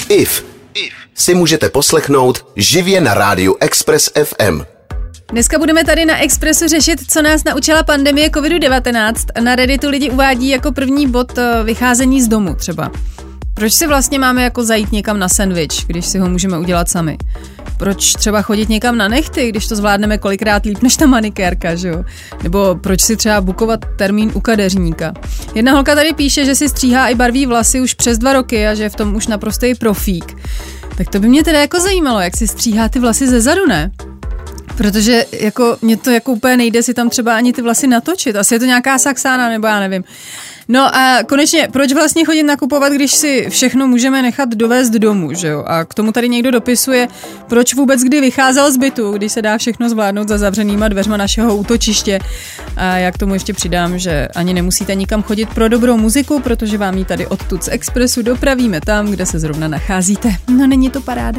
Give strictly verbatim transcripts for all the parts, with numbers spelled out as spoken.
If si můžete poslechnout živě na rádiu Express F M. Dneska budeme tady na Expressu řešit, co nás naučila pandemie kovid devatenáct. Na Redditu lidi uvádí jako první bod vycházení z domu třeba. Proč si vlastně máme jako zajít někam na sendvič, když si ho můžeme udělat sami? Proč třeba chodit někam na nechty, když to zvládneme kolikrát líp než ta manikérka, že jo? Nebo proč si třeba bukovat termín u kadeřníka? Jedna holka tady píše, že si stříhá i barví vlasy už přes dva roky a že je v tom už naprostý profík. Tak to by mě teda jako zajímalo, jak si stříhá ty vlasy zezadu, ne? Protože jako mě to jako úplně nejde si tam třeba ani ty vlasy natočit. Asi je to nějaká saxána, nebo já nevím. No a konečně, proč vlastně chodit nakupovat, když si všechno můžeme nechat dovést domů, že jo? A k tomu tady někdo dopisuje, proč vůbec kdy vycházel z bytu, když se dá všechno zvládnout za zavřenýma dveřma našeho útočiště. A já k tomu ještě přidám, že ani nemusíte nikam chodit pro dobrou muziku, protože vám ji tady odtud z Expressu dopravíme tam, kde se zrovna nacházíte. No není to paráda?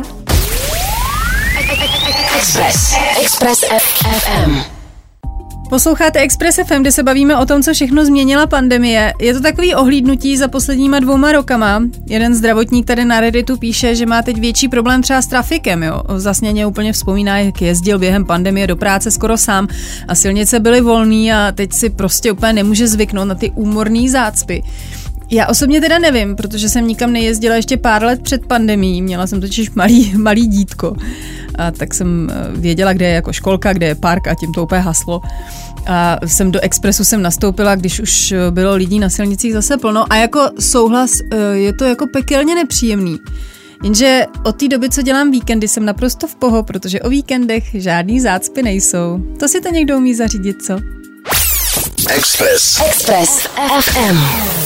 Express. Express F M. Posloucháte Express F M, kde se bavíme o tom, co všechno změnila pandemie. Je to takový ohlídnutí za posledníma dvouma rokama. Jeden zdravotník tady na Redditu píše, že má teď větší problém třeba s trafikem. Jo. Zasněně úplně vzpomíná, jak jezdil během pandemie do práce skoro sám a silnice byly volný a teď si prostě úplně nemůže zvyknout na ty úmorný zácpy. Já osobně teda nevím, protože jsem nikam nejezdila ještě pár let před pandemií, měla jsem totiž malý, malý dítko, a tak jsem věděla, kde je jako školka, kde je park a tím to úplně haslo. A jsem do Expressu jsem nastoupila, když už bylo lidí na silnicích zase plno a jako souhlas je to jako pekelně nepříjemný. Jenže od té doby, co dělám víkendy, jsem naprosto v poho, protože o víkendech žádný zácpy nejsou. To si to někdo umí zařídit, co? Express. Express F M.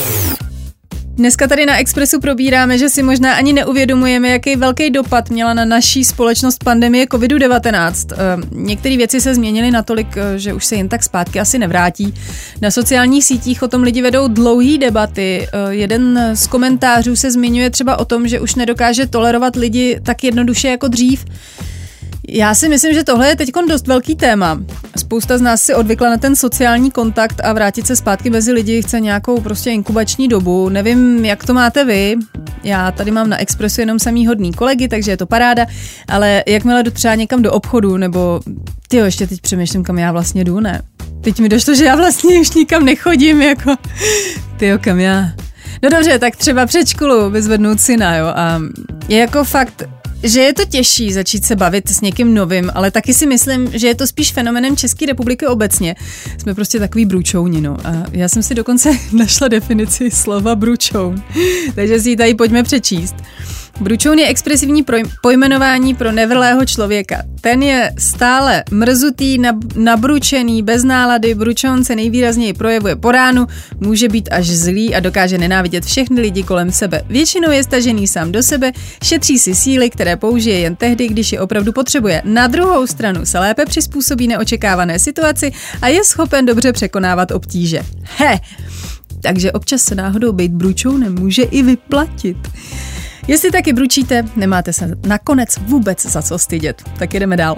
Dneska tady na Expressu probíráme, že si možná ani neuvědomujeme, jaký velký dopad měla na naší společnost pandemie kovid devatenáct. Některé věci se změnily natolik, že už se jen tak zpátky asi nevrátí. Na sociálních sítích o tom lidi vedou dlouhé debaty. Jeden z komentářů se zmiňuje třeba o tom, že už nedokáže tolerovat lidi tak jednoduše jako dřív. Já si myslím, že tohle je teď dost velký téma. Spousta z nás si odvykla na ten sociální kontakt a vrátit se zpátky mezi lidi chce nějakou prostě inkubační dobu. Nevím, jak to máte vy. Já tady mám na Expressu jenom samý hodný kolegy, takže je to paráda, ale jakmile jdu třeba někam do obchodu, nebo tyjo, ještě teď přemýšlím, kam já vlastně jdu, ne? Teď mi došlo, že já vlastně už nikam nechodím, jako tyjo, kam já? No dobře, tak třeba před školu vyzvednout syna, jo, a je jako fakt, že je to těžší začít se bavit s někým novým, ale taky si myslím, že je to spíš fenomenem České republiky obecně. Jsme prostě takový bručouni, no. A já jsem si dokonce našla definici slova bručoun, takže si ji tady pojďme přečíst. Bručoun je expresivní pojmenování pro nevrlého člověka. Ten je stále mrzutý, nabručený, bez nálady, bručoun se nejvýrazněji projevuje po ránu, může být až zlý a dokáže nenávidět všechny lidi kolem sebe. Většinou je stažený sám do sebe, šetří si síly, které použije jen tehdy, když je opravdu potřebuje. Na druhou stranu se lépe přizpůsobí neočekávané situaci a je schopen dobře překonávat obtíže. He! Takže občas se náhodou být bručounem může i vyplatit. Jestli taky bručíte, nemáte se nakonec vůbec za co stydět. Tak jedeme dál.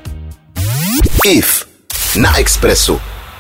If na Expressu.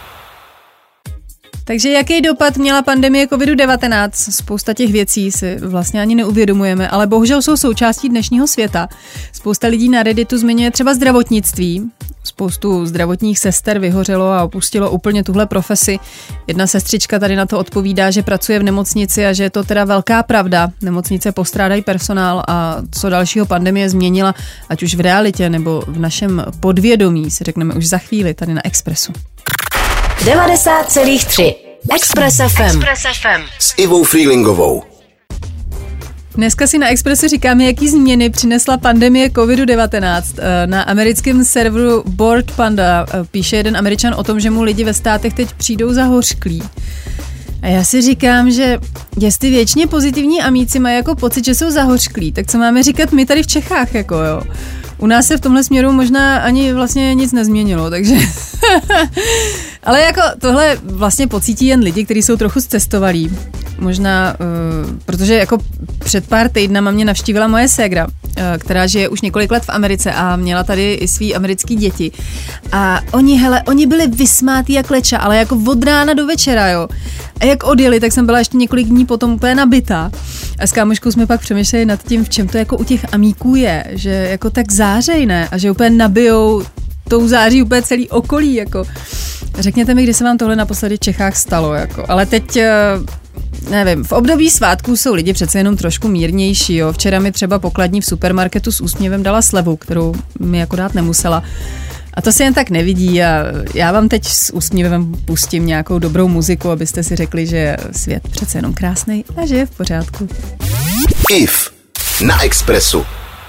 Takže jaký dopad měla pandemie kovid devatenáct? Spousta těch věcí si vlastně ani neuvědomujeme, ale bohužel jsou součástí dnešního světa. Spousta lidí na Redditu zmiňuje třeba zdravotnictví. Spoustu zdravotních sester vyhořelo a opustilo úplně tuhle profesi. Jedna sestřička tady na to odpovídá, že pracuje v nemocnici a že je to teda velká pravda. Nemocnice postrádají personál a co dalšího pandemie změnila, ať už v realitě nebo v našem podvědomí, si řekneme už za chvíli tady na Expressu. devadesát celá tři Express F M. Express F M. S Ivou Freelingovou. Dneska si na Expressu říkáme, jaký změny přinesla pandemie kovid devatenáct. Na americkém serveru Bored Panda píše jeden Američan o tom, že mu lidi ve státech teď přijdou za hořklí. A já si říkám, že jestli věčně pozitivní amíci mají jako pocit, že jsou zahořklí, tak co máme říkat my tady v Čechách, jako jo. U nás se v tomhle směru možná ani vlastně nic nezměnilo, takže... Ale jako tohle vlastně pocítí jen lidi, kteří jsou trochu zcestovalí. Možná, uh, protože jako před pár týdnama mě navštívila moje ségra která žije už několik let v Americe a měla tady i svý americký děti. A oni, hele, oni byli vysmátí jak leča, ale jako od rána do večera, jo. A jak odjeli, tak jsem byla ještě několik dní potom úplně nabitá. A s kámoškou jsme pak přemýšleli nad tím, v čem to jako u těch amíků je, že jako tak zářej, ne? A že úplně nabijou tou září úplně celý okolí, jako. Řekněte mi, kdy se vám tohle naposledy v Čechách stalo, jako. Ale teď, nevím, v období svátků jsou lidi přece jenom trošku mírnější, jo. Včera mi třeba pokladní v supermarketu s úsměvem dala slevu, kterou mi jako dát nemusela. A to se jen tak nevidí a já vám teď s úsměvem pustím nějakou dobrou muziku, abyste si řekli, že je svět přece jenom krásnej a že je v pořádku. I F na Expressu.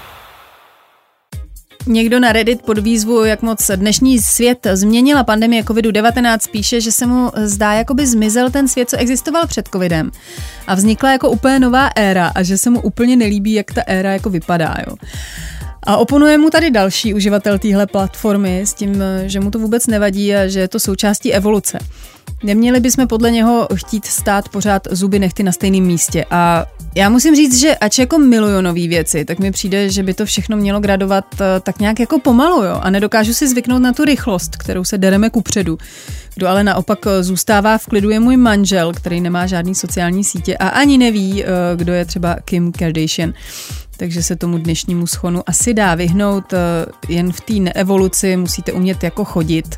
Někdo na Reddit pod výzvu, jak moc dnešní svět změnila pandemie kovidu devatenáct, píše, že se mu zdá, jako by zmizel ten svět, co existoval před covidem a vznikla jako úplně nová éra a že se mu úplně nelíbí, jak ta éra jako vypadá, jo. A oponuje mu tady další uživatel téhle platformy s tím, že mu to vůbec nevadí a že je to součástí evoluce. Neměli bychom podle něho chtít stát pořád zuby nehty na stejném místě. A já musím říct, že ač jako miluju nový věci, tak mi přijde, že by to všechno mělo gradovat tak nějak jako pomalu, jo. A nedokážu si zvyknout na tu rychlost, kterou se dereme kupředu. Kdo ale naopak zůstává v klidu, je můj manžel, který nemá žádný sociální sítě a ani neví, kdo je třeba Kim Kardashian. Takže se tomu dnešnímu schonu asi dá vyhnout, jen v té neevoluci musíte umět jako chodit,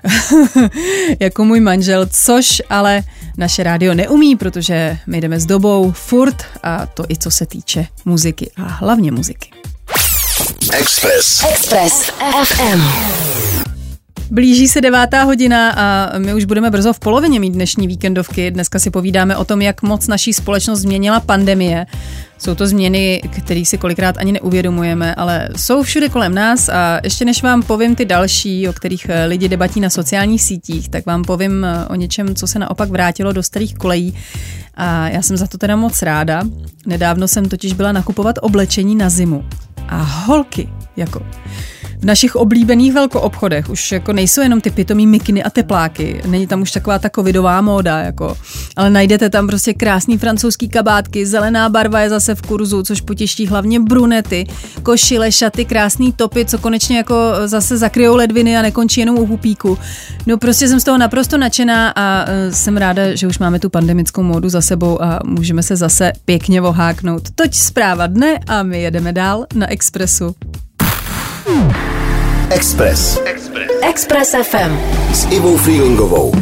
jako můj manžel, což ale naše rádio neumí, protože my jdeme s dobou furt a to i co se týče muziky a hlavně muziky. Express. Express F M. Blíží se devátá hodina a my už budeme brzo v polovině mít dnešní víkendovky. Dneska si povídáme o tom, jak moc naší společnost změnila pandemie. Jsou to změny, které si kolikrát ani neuvědomujeme, ale jsou všude kolem nás a ještě než vám povím ty další, o kterých lidi debatí na sociálních sítích, tak vám povím o něčem, co se naopak vrátilo do starých kolejí a já jsem za to teda moc ráda. Nedávno jsem totiž byla nakupovat oblečení na zimu a holky, jako... V našich oblíbených velkoobchodech už jako nejsou jenom ty pitomý mikiny a tepláky, není tam už taková ta covidová móda, jako, ale najdete tam prostě krásný francouzský kabátky, zelená barva je zase v kurzu, což potěší hlavně brunety, košile, šaty, krásný topy, co konečně jako zase zakryjou ledviny a nekončí jenom u pupíku. No prostě jsem z toho naprosto nadšená a jsem ráda, že už máme tu pandemickou módu za sebou a můžeme se zase pěkně voháknout. Toť zpráva dne a my jedeme dál na Expressu. Express. Express. Express F M. S Ivou Freelingovou.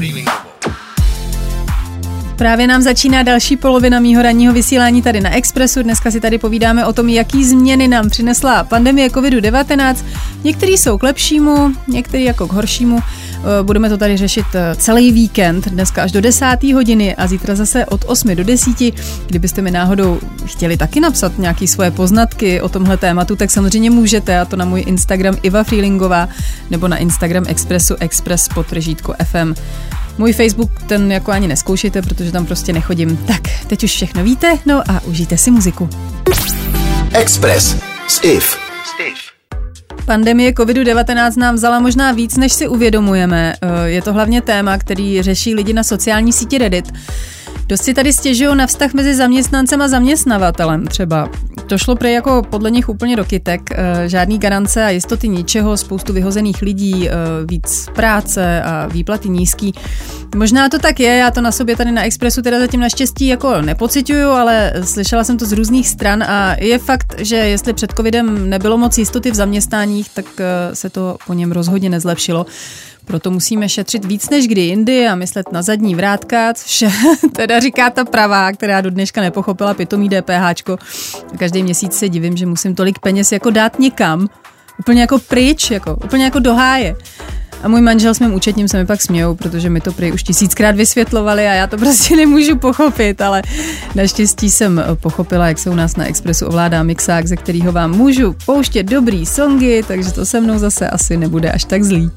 Právě nám začíná další polovina mýho ranního vysílání tady na Expressu. Dneska si tady povídáme o tom, jaký změny nám přinesla pandemie kovidu devatenáct. Některý jsou k lepšímu, některý jako k horšímu. Budeme to tady řešit celý víkend, dneska až do desáté hodiny a zítra zase od osmi do desíti. Kdybyste mi náhodou chtěli taky napsat nějaké svoje poznatky o tomhle tématu, tak samozřejmě můžete, a to na můj Instagram Iva Freelingová nebo na Instagram Expressu Express podtržítko F M. Můj Facebook ten jako ani neskoušejte, protože tam prostě nechodím. Tak, teď už všechno víte, no a užijte si muziku. Express s Iv. Pandemie kovidu devatenáct nám vzala možná víc, než si uvědomujeme. Je to hlavně téma, který řeší lidi na sociální síti Reddit. Dost si tady stěžují na vztah mezi zaměstnancem a zaměstnavatelem třeba. To šlo prej jako podle nich úplně do kytek. Žádný garance a jistoty ničeho, spoustu vyhozených lidí, víc práce a výplaty nízký. Možná to tak je, já to na sobě tady na Expressu teda zatím naštěstí jako nepociťuju, ale slyšela jsem to z různých stran a je fakt, že jestli před covidem nebylo moc jistoty v zaměstnáních, tak se to po něm rozhodně nezlepšilo. Proto musíme šetřit víc než kdy jindy a myslet na zadní vrátka, což teda říká ta pravá, která do dneška nepochopila pitomý DPHčko. Každý měsíc se divím, že musím tolik peněz jako dát někam, úplně jako pryč, jako, úplně jako do háje. A můj manžel s mým účetním se mi pak smějou, protože mi to prý už tisíckrát vysvětlovali a já to prostě nemůžu pochopit, ale naštěstí jsem pochopila, jak se u nás na Expressu ovládá mixák, ze kterého vám můžu pouštět dobrý songy, takže to se mnou zase asi nebude až tak zlý.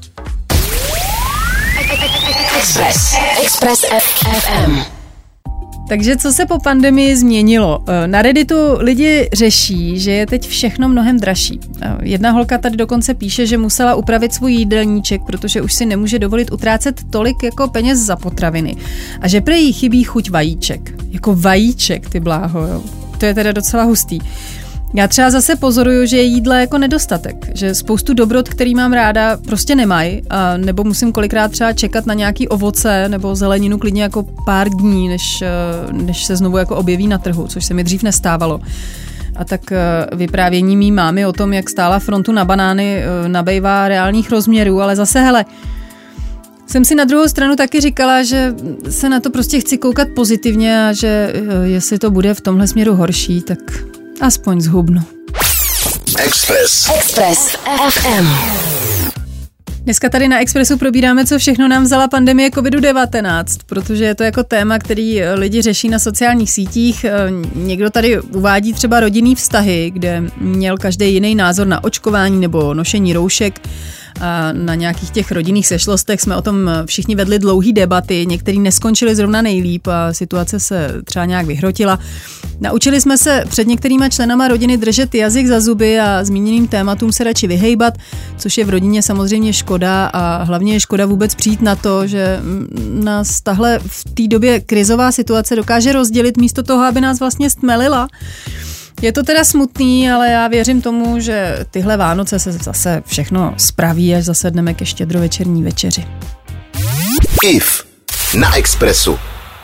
Express. Express F M. Takže co se po pandemii změnilo? Na Redditu lidi řeší, že je teď všechno mnohem dražší. Jedna holka tady dokonce píše, že musela upravit svůj jídelníček, protože už si nemůže dovolit utrácet tolik jako peněz za potraviny. A že prý jí chybí chuť vajíček. Jako vajíček, ty bláho, jo. To je teda docela hustý. Já třeba zase pozoruju, že je jídla jako nedostatek, že spoustu dobrot, který mám ráda, prostě nemají, a nebo musím kolikrát třeba čekat na nějaký ovoce nebo zeleninu klidně jako pár dní, než, než se znovu jako objeví na trhu, což se mi dřív nestávalo. A tak vyprávění mý mámy o tom, jak stála frontu na banány, nabejvá reálných rozměrů, ale zase hele, jsem si na druhou stranu taky říkala, že se na to prostě chci koukat pozitivně a že jestli to bude v tomhle směru horší, tak aspoň zhubnu. Express. Express ef em. Dneska tady na Expressu probíráme, co všechno nám vzala pandemie kovid devatenáct, protože je to jako téma, který lidi řeší na sociálních sítích. Někdo tady uvádí třeba rodinný vztahy, kde měl každý jiný názor na očkování nebo nošení roušek. A na nějakých těch rodinných sešlostech jsme o tom všichni vedli dlouhý debaty, některý neskončili zrovna nejlíp a situace se třeba nějak vyhrotila. Naučili jsme se před některýma členama rodiny držet jazyk za zuby a zmíněným tématům se radši vyhejbat, což je v rodině samozřejmě škoda a hlavně je škoda vůbec přijít na to, že nás tahle v té době krizová situace dokáže rozdělit místo toho, aby nás vlastně stmelila. Je to teda smutný, ale já věřím tomu, že tyhle Vánoce se zase všechno spraví, až zasedneme ke štědrovečerní večeři. I F na Expressu.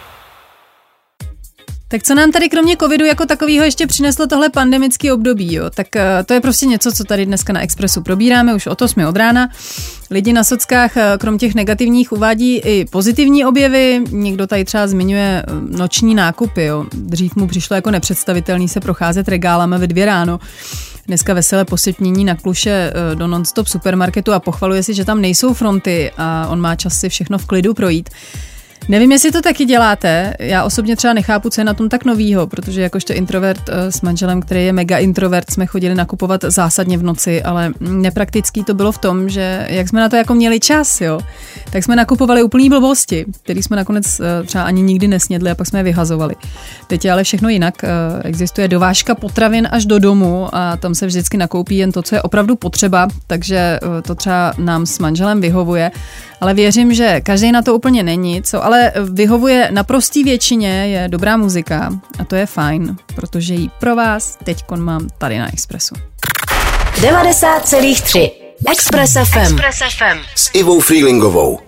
Tak co nám tady kromě covidu jako takového ještě přineslo tohle pandemické období, jo? Tak to je prostě něco, co tady dneska na Expressu probíráme, už od osmi od rána. Lidi na sockách krom těch negativních uvádí i pozitivní objevy, někdo tady třeba zmiňuje noční nákupy, jo? Dřív mu přišlo jako nepředstavitelný se procházet regálama ve dvě ráno. Dneska veselé posypnění na kluše do non-stop supermarketu a pochvaluje si, že tam nejsou fronty a on má čas si všechno v klidu projít. Nevím, jestli to taky děláte. Já osobně třeba nechápu, co je na tom tak novýho, protože jakožto introvert s manželem, který je mega introvert, jsme chodili nakupovat zásadně v noci, ale nepraktický to bylo v tom, že jak jsme na to jako měli čas, jo, tak jsme nakupovali úplný blbosti, který jsme nakonec třeba ani nikdy nesnědli a pak jsme je vyhazovali. Teď je ale všechno jinak. Existuje dovážka potravin až do domu a tam se vždycky nakoupí jen to, co je opravdu potřeba, takže to třeba nám s manželem vyhovuje. Ale věřím, že každý na to úplně není, co ale vyhovuje naprostý většině je dobrá muzika a to je fajn, protože ji pro vás teďkon mám tady na Expressu. devadesát celá tři Express ef em. Express ef em. S Ivou Freelingovou.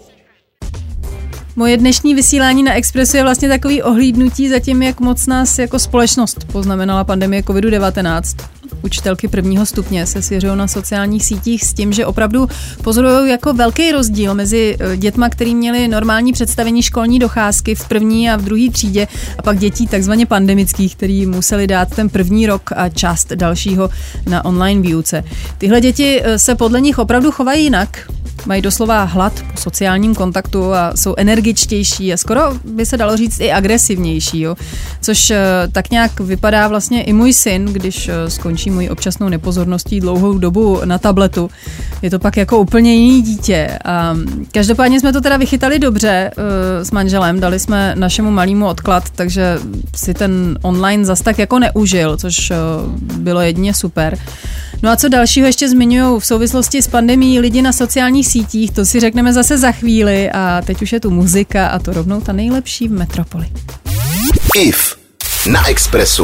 Moje dnešní vysílání na Expressu je vlastně takový ohlídnutí za tím, jak moc nás jako společnost poznamenala pandemie kovid devatenáct. Učitelky prvního stupně se svěřují na sociálních sítích s tím, že opravdu pozorují jako velký rozdíl mezi dětma, který měli normální představení školní docházky v první a v druhé třídě a pak dětí takzvaně pandemických, který museli dát ten první rok a část dalšího na online výuce. Tyhle děti se podle nich opravdu chovají jinak. Mají doslova hlad po sociálním kontaktu a jsou energičtější a skoro by se dalo říct i agresivnější, jo? Což tak nějak vypadá vlastně i můj syn, když skončí mojí občasnou nepozorností dlouhou dobu na tabletu. Je to pak jako úplně jiný dítě. A každopádně jsme to teda vychytali dobře uh, s manželem, dali jsme našemu malému odklad, takže si ten online zas tak jako neužil, což uh, bylo jedině super. No a co dalšího ještě zmiňují v souvislosti s pandemií lidi na sociálních sítích, to si řekneme zase za chvíli a teď už je tu muzika a to rovnou ta nejlepší v metropoli. I F na Expressu.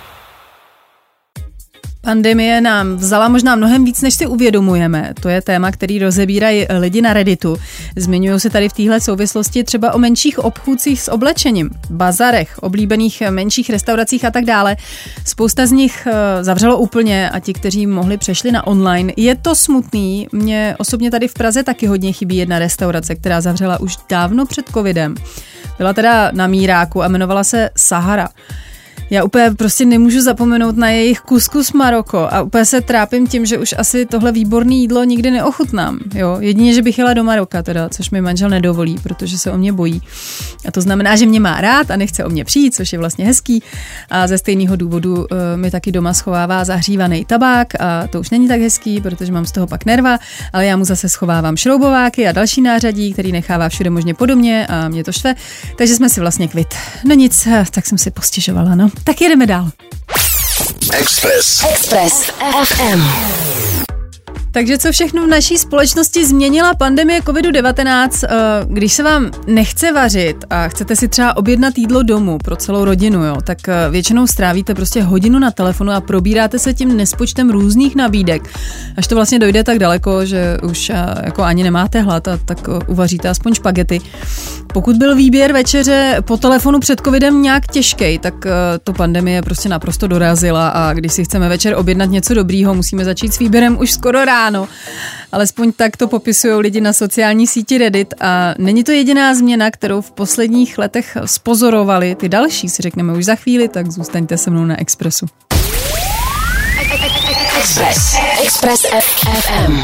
Pandemie nám vzala možná mnohem víc, než si uvědomujeme. To je téma, který rozebírají lidi na Redditu. Zmiňují se tady v téhle souvislosti třeba o menších obchůdcích s oblečením, bazarech, oblíbených menších restauracích a tak dále. Spousta z nich zavřelo úplně a ti, kteří mohli, přešli na online. Je to smutný. Mně osobně tady v Praze taky hodně chybí jedna restaurace, která zavřela už dávno před covidem. Byla teda na Míráku a jmenovala se Sahara. Já úplně prostě nemůžu zapomenout na jejich kuskus Maroko a úplně se trápím tím, že už asi tohle výborné jídlo nikdy neochutnám. Jo? Jedině, že bych jela do Maroka, teda, což mi manžel nedovolí, protože se o mě bojí. A to znamená, že mě má rád a nechce o mě přijít, což je vlastně hezký. A ze stejného důvodu uh, mi taky doma schovává zahřívaný tabák a to už není tak hezký, protože mám z toho pak nerva, ale já mu zase schovávám šroubováky a další nářadí, který nechává všude možně podobně a mě to štve. Takže jsme si vlastně kvit. No nic, tak jsem si postěžovala, no. Tak jedeme dál. Express. Express ef em. Takže co všechno v naší společnosti změnila pandemie covid devatenáct? Když se vám nechce vařit a chcete si třeba objednat jídlo domů pro celou rodinu, jo, tak většinou strávíte prostě hodinu na telefonu a probíráte se tím nespočtem různých nabídek. Až to vlastně dojde tak daleko, že už jako ani nemáte hlad a tak uvaříte aspoň špagety. Pokud byl výběr večeře po telefonu před covidem nějak těžký, tak to pandemie prostě naprosto dorazila a když si chceme večer objednat něco dobrýho, musíme začít s výběrem už skoro ráno. Alespoň tak to popisují lidi na sociální síti Reddit a není to jediná změna, kterou v posledních letech spozorovali. Ty další si řekneme už za chvíli, tak zůstaňte se mnou na Expressu. Express. Express F M.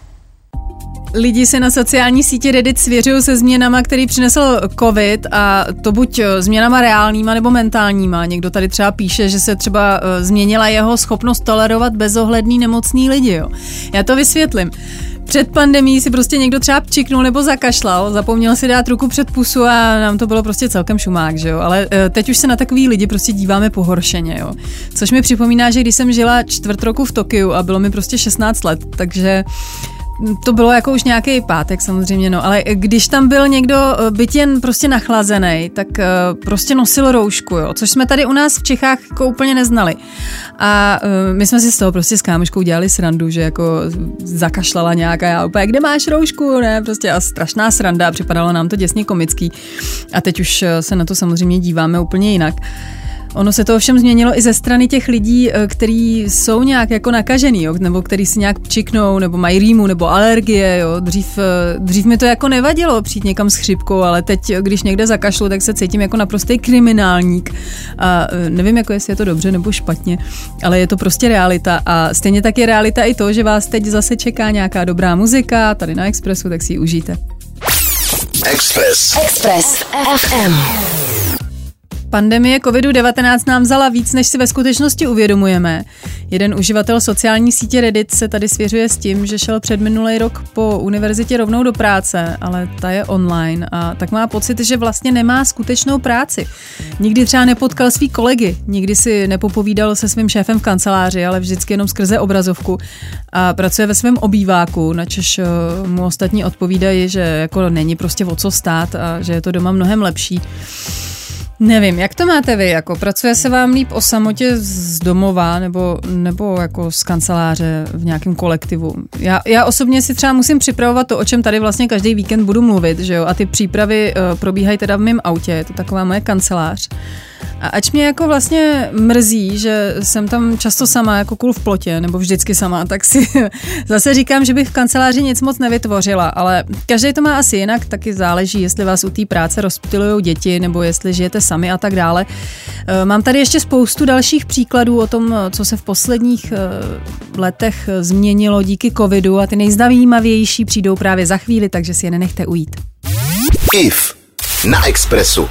Lidi se na sociální síti Reddit svěřují se změnama, který přinesl covid a to buď změnama reálníma nebo mentálníma. Někdo tady třeba píše, že se třeba změnila jeho schopnost tolerovat bezohledný nemocný lidi. Jo. Já to vysvětlím. Před pandemií si prostě někdo třeba pčiknul nebo zakašlal, zapomněl si dát ruku před pusu a nám to bylo prostě celkem šumák, že jo. Ale teď už se na takový lidi prostě díváme pohoršeně, jo. Což mi připomíná, že když jsem žila čtvrt roku v Tokiu a bylo mi prostě šestnáct let, takže to bylo jako už nějaký pátek samozřejmě, no, ale když tam byl někdo byť jen prostě nachlazený, tak uh, prostě nosil roušku, jo, což jsme tady u nás v Čechách jako úplně neznali. A uh, my jsme si z toho prostě s kámoškou dělali srandu, že jako zakašlala nějaká, já úplně, kde máš roušku, ne, prostě a strašná sranda, připadalo nám to děsně komický. A teď už se na to samozřejmě díváme úplně jinak. Ono se to ovšem změnilo i ze strany těch lidí, kteří jsou nějak jako nakažený, jo, nebo který si nějak pčiknou, nebo mají rýmu, nebo alergie, jo. Dřív, dřív mi to jako nevadilo přijít někam s chřipkou, ale teď, když někde zakašlu, tak se cítím jako naprostý kriminálník. A nevím, jako jestli je to dobře nebo špatně, ale je to prostě realita. A stejně tak je realita i to, že vás teď zase čeká nějaká dobrá muzika, tady na Expressu, tak si ji užijte. Express. Express F M. Pandemie covid devatenáct nám vzala víc, než si ve skutečnosti uvědomujeme. Jeden uživatel sociální sítě Reddit se tady svěřuje s tím, že šel před minulý rok po univerzitě rovnou do práce, ale ta je online a tak má pocit, že vlastně nemá skutečnou práci. Nikdy třeba nepotkal svý kolegy, nikdy si nepopovídal se svým šéfem v kanceláři, ale vždycky jenom skrze obrazovku a pracuje ve svém obýváku, načež mu ostatní odpovídají, že jako není prostě o co stát a že je to doma mnohem lepší. Nevím, jak to máte vy, jako pracuje se vám líp o samotě z domova nebo, nebo jako z kanceláře v nějakém kolektivu? Já, já osobně si třeba musím připravovat to, o čem tady vlastně každý víkend budu mluvit, že jo, a ty přípravy uh, probíhají teda v mém autě, je to taková moje kancelář. A ač mě jako vlastně mrzí, že jsem tam často sama jako kůl v plotě, nebo vždycky sama, tak si zase říkám, že bych v kanceláři nic moc nevytvořila, ale každý to má asi jinak, taky záleží, jestli vás u té práce rozptylujou děti, nebo jestli žijete sami a tak dále. Mám tady ještě spoustu dalších příkladů o tom, co se v posledních letech změnilo díky covidu a ty nejzajímavější přijdou právě za chvíli, takže si je nenechte ujít. I F na Expressu.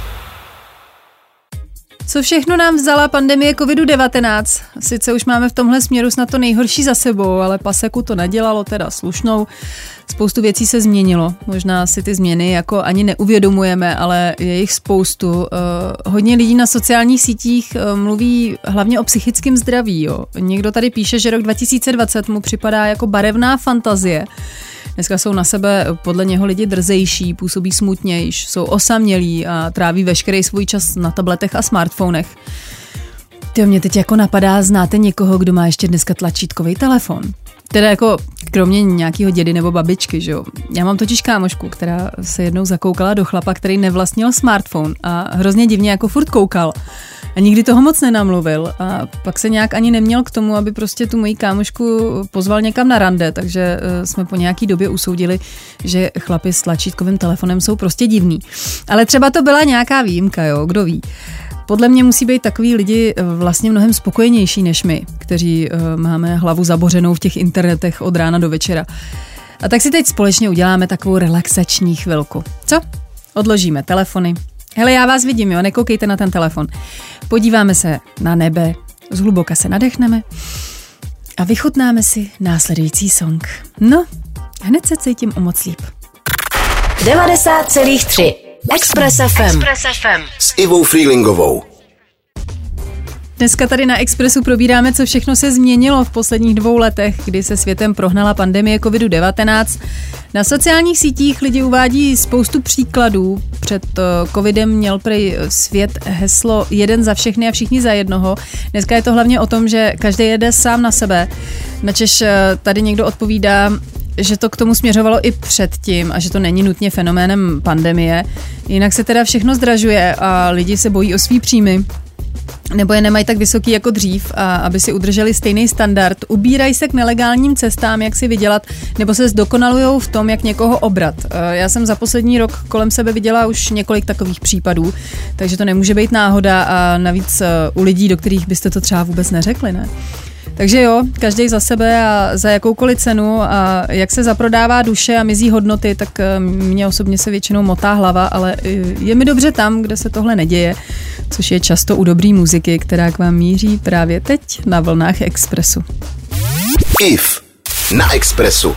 Co všechno nám vzala pandemie covid devatenáct? Sice už máme v tomhle směru snad to nejhorší za sebou, ale paseku to nadělalo teda slušnou. Spoustu věcí se změnilo. Možná si ty změny jako ani neuvědomujeme, ale je jich spoustu. Uh, hodně lidí na sociálních sítích uh, mluví hlavně o psychickém zdraví. Jo. Někdo tady píše, že rok dva tisíce dvacet mu připadá jako barevná fantazie. Dneska jsou na sebe podle něho lidi drzejší, působí smutnější, jsou osamělí a tráví veškerý svůj čas na tabletech a smartfonech. Tyjo, mě teď jako napadá, znáte někoho, kdo má ještě dneska tlačítkový telefon? Teda jako kromě nějakého dědy nebo babičky, že jo. Já mám totiž kámošku, která se jednou zakoukala do chlapa, který nevlastnil smartphone a hrozně divně jako furt koukal. A nikdy toho moc nenamluvil a pak se nějak ani neměl k tomu, aby prostě tu moji kámošku pozval někam na rande, takže jsme po nějaký době usoudili, že chlapi s tlačítkovým telefonem jsou prostě divný. Ale třeba to byla nějaká výjimka, jo, kdo ví. Podle mě musí být takový lidi vlastně mnohem spokojenější než my, kteří máme hlavu zabořenou v těch internetech od rána do večera. A tak si teď společně uděláme takovou relaxační chvilku. Co? Odložíme telefony. Hele, já vás vidím, jo, nekoukejte na ten telefon. Podíváme se na nebe, zhluboka se nadechneme a vychutnáme si následující song. No, hned se cítím o moc líp. devadesát celá tři Express F M. S Ivou Freelingovou. Dneska tady na Expressu probíráme, co všechno se změnilo v posledních dvou letech, kdy se světem prohnala pandemie kovid devatenáct. Na sociálních sítích lidi uvádí spoustu příkladů. Před covidem měl prej svět heslo jeden za všechny a všichni za jednoho. Dneska je to hlavně o tom, že každý jede sám na sebe. Načež tady někdo odpovídá, že to k tomu směřovalo i předtím a že to není nutně fenoménem pandemie. Jinak se teda všechno zdražuje a lidi se bojí o svý příjmy, nebo je nemají tak vysoký jako dřív, a aby si udrželi stejný standard, ubírají se k nelegálním cestám, jak si vydělat, nebo se zdokonalujou v tom, jak někoho obrat. Já jsem za poslední rok kolem sebe viděla už několik takových případů, takže to nemůže být náhoda a navíc u lidí, do kterých byste to třeba vůbec neřekli, ne? Takže jo, každý za sebe a za jakoukoliv cenu, a jak se zaprodává duše a mizí hodnoty, tak mě osobně se většinou motá hlava, ale je mi dobře tam, kde se tohle neděje, což je často u dobrý muziky, která k vám míří právě teď na vlnách Expressu. I F na Expressu.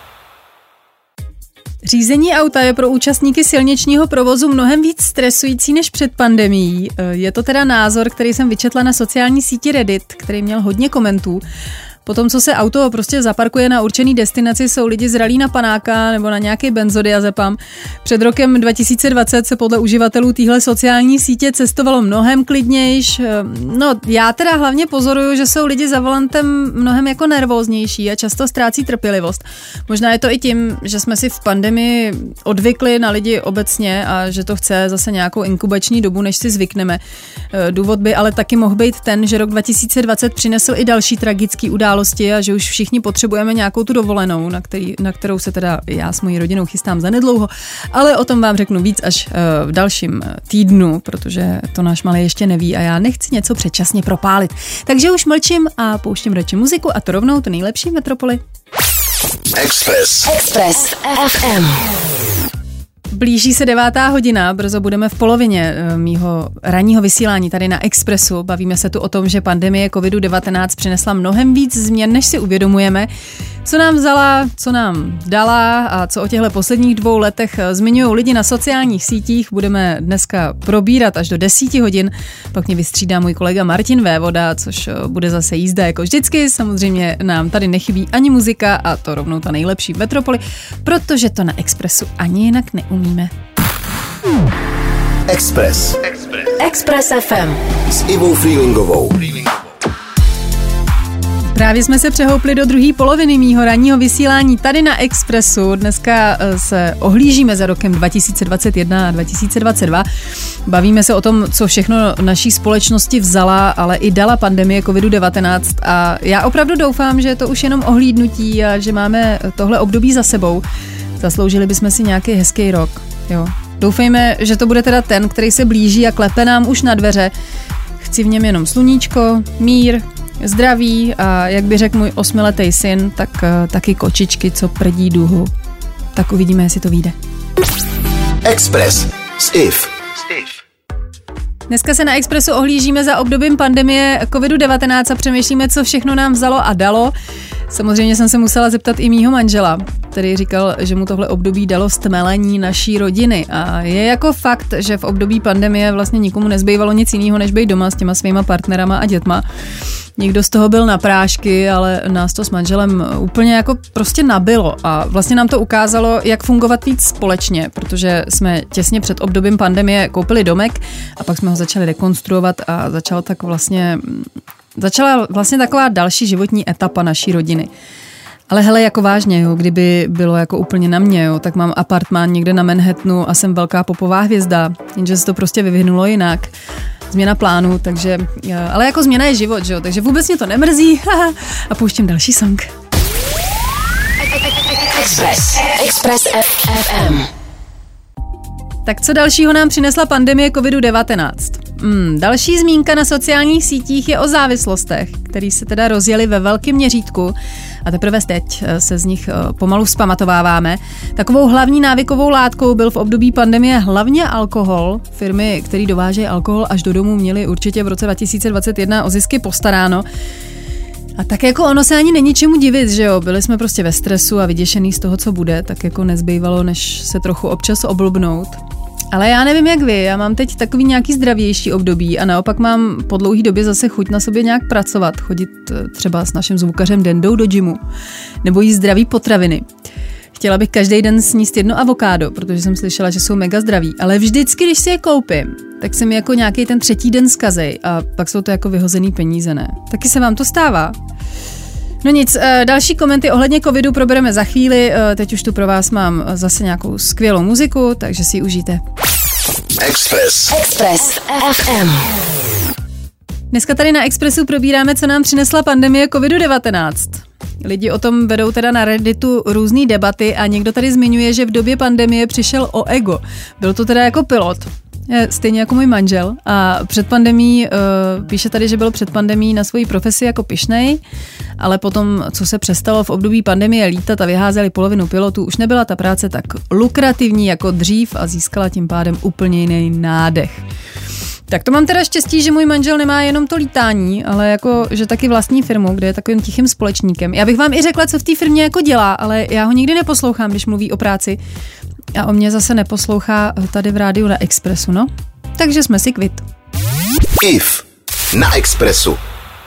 Řízení auta je pro účastníky silničního provozu mnohem víc stresující než před pandemií. Je to teda názor, který jsem vyčetla na sociální síti Reddit, který měl hodně komentů. Potom, co se auto prostě zaparkuje na určený destinaci, jsou lidi zralí na panáka nebo na nějaký benzodiazepam. Před rokem dva tisíce dvacet se podle uživatelů téhle sociální sítě cestovalo mnohem klidnějš. No, já teda hlavně pozoruju, že jsou lidi za volantem mnohem jako nervóznější a často ztrácí trpělivost. Možná je to i tím, že jsme si v pandemii odvykli na lidi obecně a že to chce zase nějakou inkubační dobu, než si zvykneme. Důvod by ale taky mohl být ten, že rok dva tisíce dvacet přinesl i další tragický události a že už všichni potřebujeme nějakou tu dovolenou, na, který, na kterou se teda já s mojí rodinou chystám zanedlouho, ale o tom vám řeknu víc až uh, v dalším týdnu, protože to náš malý ještě neví a já nechci něco předčasně propálit. Takže už mlčím a pouštím radši muziku a to rovnou to nejlepší v metropoli. Express. Express F M. Blíží se devátá hodina, brzo budeme v polovině mýho ranního vysílání tady na Expressu. Bavíme se tu o tom, že pandemie kovid devatenáct přinesla mnohem víc změn, než si uvědomujeme. Co nám vzala, co nám dala a co o těchto posledních dvou letech zmiňují lidi na sociálních sítích, budeme dneska probírat až do desíti hodin. Pak mě vystřídá můj kolega Martin Vévoda, což bude zase jízda jako vždycky. Samozřejmě nám tady nechybí ani muzika a to rovnou ta nejlepší v metropoli, protože to na Expressu ani jinak neumíme. Express. Express. Express F M. S Ivou Freelingovou. Právě jsme se přehoupli do druhé poloviny mýho ranního vysílání tady na Expressu. Dneska se ohlížíme za rokem dva tisíce dvacet jedna a dva tisíce dvacet dva. Bavíme se o tom, co všechno naší společnosti vzala, ale i dala pandemie kovid devatenáct. A já opravdu doufám, že je to už jenom ohlídnutí a že máme tohle období za sebou. Zasloužili bychom si nějaký hezký rok. Jo. Doufejme, že to bude teda ten, který se blíží a klepe nám už na dveře. Chci v něm jenom sluníčko, mír, zdraví a jak by řekl můj osmiletý syn, tak uh, taky kočičky, co prdí duhu. Tak uvidíme, jestli to vyjde. Express s I F. Dneska se na Expressu ohlížíme za obdobím pandemie kovid devatenáct a přemýšlíme, co všechno nám vzalo a dalo. Samozřejmě jsem se musela zeptat i mýho manžela, který říkal, že mu tohle období dalo stmelení naší rodiny. A je jako fakt, že v období pandemie vlastně nikomu nezbývalo nic jiného, než být doma s těma svýma partnerama a dětma. Někdo z toho byl na prášky, ale nás to s manželem úplně jako prostě nabilo a vlastně nám to ukázalo, jak fungovat víc společně, protože jsme těsně před obdobím pandemie koupili domek a pak jsme ho začali rekonstruovat a začal tak vlastně, začala vlastně taková další životní etapa naší rodiny. Ale hele, jako vážně, jo, kdyby bylo jako úplně na mě, jo, tak mám apartmán někde na Manhattanu a jsem velká popová hvězda, jenže se to prostě vyvinulo jinak. Změna plánu, takže, ale jako změna je život, že jo, takže vůbec mě to nemrzí a pouštím další song. Express. Express F M. Tak co dalšího nám přinesla pandemie kovid devatenáct? Hmm, další zmínka na sociálních sítích je o závislostech, které se teda rozjeli ve velkém měřítku a teprve teď se z nich pomalu vzpamatováváme. Takovou hlavní návykovou látkou byl v období pandemie hlavně alkohol. Firmy, které dovážejí alkohol až do domů, měly určitě v roce dva tisíce dvacet jedna o zisky postaráno. A tak jako ono se ani není čemu divit, že jo, byli jsme prostě ve stresu a vyděšený z toho, co bude, tak jako nezbývalo, než se trochu občas oblbnout. Ale já nevím jak vy, já mám teď takový nějaký zdravější období a naopak mám po dlouhý době zase chuť na sobě nějak pracovat, chodit třeba s naším zvukařem Dendou do gymu nebo jíst zdravý potraviny. Chtěla bych každý den sníst jedno avokádo, protože jsem slyšela, že jsou mega zdraví, ale vždycky, když si je koupím, tak se mi jako nějaký ten třetí den zkazej a pak jsou to jako vyhozený peníze, ne? Taky se vám to stává? No nic, další komenty ohledně covidu probereme za chvíli, teď už tu pro vás mám zase nějakou skvělou muziku, takže si ji užijte. Express. Express ef em. Dneska tady na Expressu probíráme, co nám přinesla pandemie kovid devatenáct. Lidi o tom vedou teda na Redditu různý debaty a někdo tady zmiňuje, že v době pandemie přišel o ego. Byl to teda jako pilot, stejně jako můj manžel a před pandemií, uh, píše tady, že byl před pandemií na svoji profesi jako pyšnej, ale potom, co se přestalo v období pandemie lítat a vyházeli polovinu pilotů, už nebyla ta práce tak lukrativní jako dřív a získala tím pádem úplně jiný nádech. Tak to mám teda štěstí, že můj manžel nemá jenom to lítání, ale jako, že taky vlastní firmu, kde je takovým tichým společníkem. Já bych vám i řekla, co v té firmě jako dělá, ale já ho nikdy neposlouchám, když mluví o práci. A on mě zase neposlouchá tady v rádiu na Expressu, no. Takže jsme si kvit. I F na Expressu.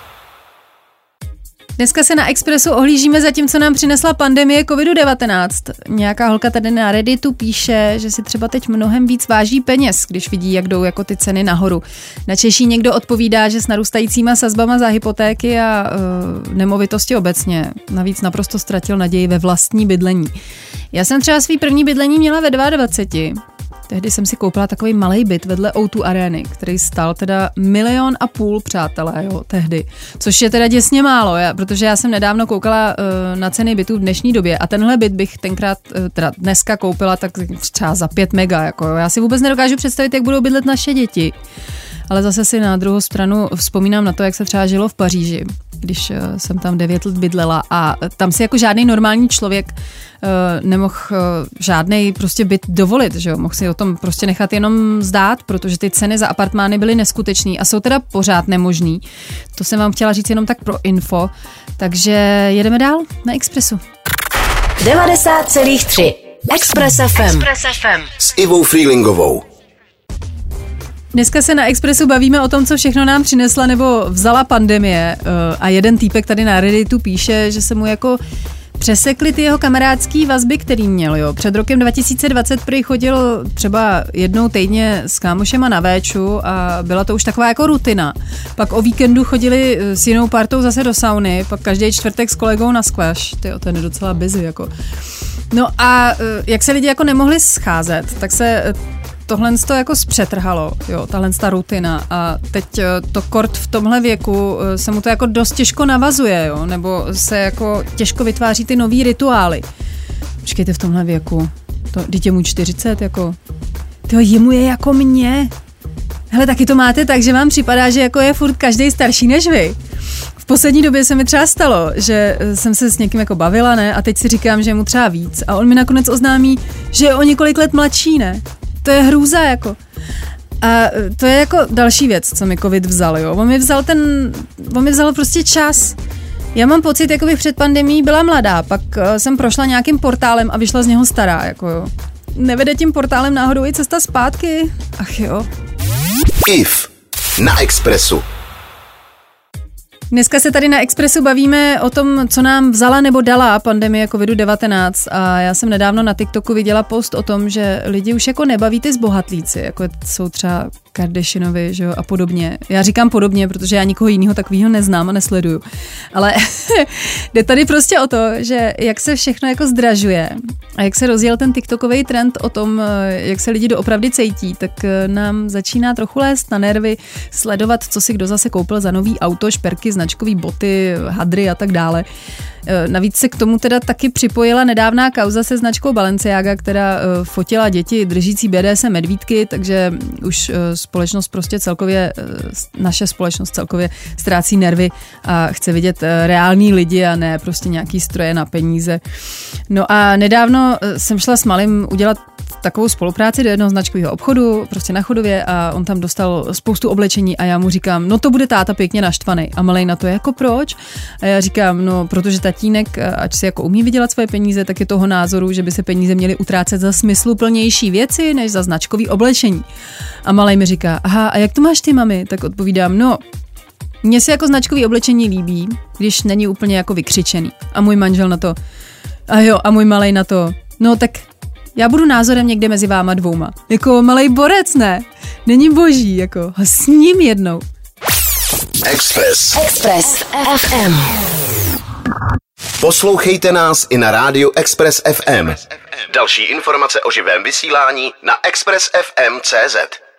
Dneska se na Expressu ohlížíme za tím, co nám přinesla pandemie kovid devatenáct. Nějaká holka tady na Redditu píše, že si třeba teď mnohem víc váží peněz, když vidí, jak jdou jako ty ceny nahoru. Na Češí někdo odpovídá, že s narůstajícíma sazbama za hypotéky a uh, nemovitosti obecně navíc naprosto ztratil naději ve vlastní bydlení. Já jsem třeba svý první bydlení měla ve dvaceti dvou. Tehdy jsem si koupila takový malej byt vedle ó dva Areny, který stál teda milion a půl, přátelé, jo, tehdy. Což je teda děsně málo, já, protože já jsem nedávno koukala uh, na ceny bytů v dnešní době a tenhle byt bych tenkrát, uh, teda dneska koupila tak třeba za pět mega, jako jo. Já si vůbec nedokážu představit, jak budou bydlet naše děti. Ale zase si na druhou stranu vzpomínám na to, jak se třeba žilo v Paříži, když uh, jsem tam devět let bydlela a tam si jako žádný normální člověk uh, nemohl uh, žádnej prostě byt dovolit, že jo, mohl si o tom prostě nechat jenom zdát, protože ty ceny za apartmány byly neskutečný a jsou teda pořád nemožný. To jsem vám chtěla říct jenom tak pro info, takže jedeme dál na Expressu. devadesát celá tři Express ef em. Express ef em. S Ivou Freelingovou. Dneska se na Expressu bavíme o tom, co všechno nám přinesla nebo vzala pandemie a jeden týpek tady na Redditu píše, že se mu jako přesekly ty jeho kamarádský vazby, který měl. Jo. Před rokem dva tisíce dvacet prý chodil třeba jednou týdně s kámošema na véču a byla to už taková jako rutina. Pak o víkendu chodili s jinou partou zase do sauny, pak každý čtvrtek s kolegou na squash. Tyjo, ten je docela busy. Jako. No a jak se lidi jako nemohli scházet, tak se tohle to jako zpřetrhalo, jo, tahle ta rutina a teď to kort v tomhle věku se mu to jako dost těžko navazuje, jo, nebo se jako těžko vytváří ty nový rituály. Počkejte, v tomhle věku, to dítě mu čtyřicet, jako, tyjo, jemu je jako mě. Hele, taky to máte tak, že vám připadá, že jako je furt každej starší než vy. V poslední době se mi třeba stalo, že jsem se s někým jako bavila, ne, a teď si říkám, že je mu třeba víc a on mi nakonec oznámí, že je o několik let mladší, ne. To je hrůza, jako. A to je jako další věc, co mi covid vzal, jo. On mi vzal ten, on mi vzal prostě čas. Já mám pocit, jako bych před pandemií byla mladá, pak jsem prošla nějakým portálem a vyšla z něho stará, jako jo. Nevede tím portálem náhodou i cesta zpátky? Ach jo. I F na Expressu. Dneska se tady na Expressu bavíme o tom, co nám vzala nebo dala pandemie kovid devatenáct a já jsem nedávno na TikToku viděla post o tom, že lidi už jako nebaví ty zbohatlíci, jako jsou třeba Kardashianovi, že jo, a podobně. Já říkám podobně, protože já nikoho jiného takového neznám a nesleduju. Ale jde tady prostě o to, že jak se všechno jako zdražuje a jak se rozjel ten TikTokový trend o tom, jak se lidi doopravdy cítí, tak nám začíná trochu lézt na nervy sledovat, co si kdo zase koupil za nový auto, šperky, značkový boty, hadry a tak dále. Navíc se k tomu teda taky připojila nedávná kauza se značkou Balenciaga, která fotila děti držící bé dé es em medvídky, takže už společnost prostě celkově, naše společnost celkově ztrácí nervy a chce vidět reální lidi a ne prostě nějaký stroje na peníze. No a nedávno jsem šla s malým udělat takovou spolupráci do jednoho značkového obchodu, prostě na Chodově a on tam dostal spoustu oblečení a já mu říkám, no to bude táta pěkně naštvaný. A malej na to, jako proč? A já říkám, no protože tatínek, ať si jako umí vydělat svoje peníze, tak je toho názoru, že by se peníze měly utrácet za smysluplnější věci, než za značkový oblečení. A malej mi říká, aha, a jak to máš ty, mami? Tak odpovídám, no, mně se jako značkový oblečení líbí, když není úplně jako vykřičený. A můj manžel na to, a jo, a můj malej na to, no tak já budu názorem někde mezi váma dvouma. Jako malej borec, ne? Není boží, jako s ním jednou. Express. Express ef em. Poslouchejte nás i na rádiu Express ef em. Další informace o živém vysílání na express ef em tečka cé zet.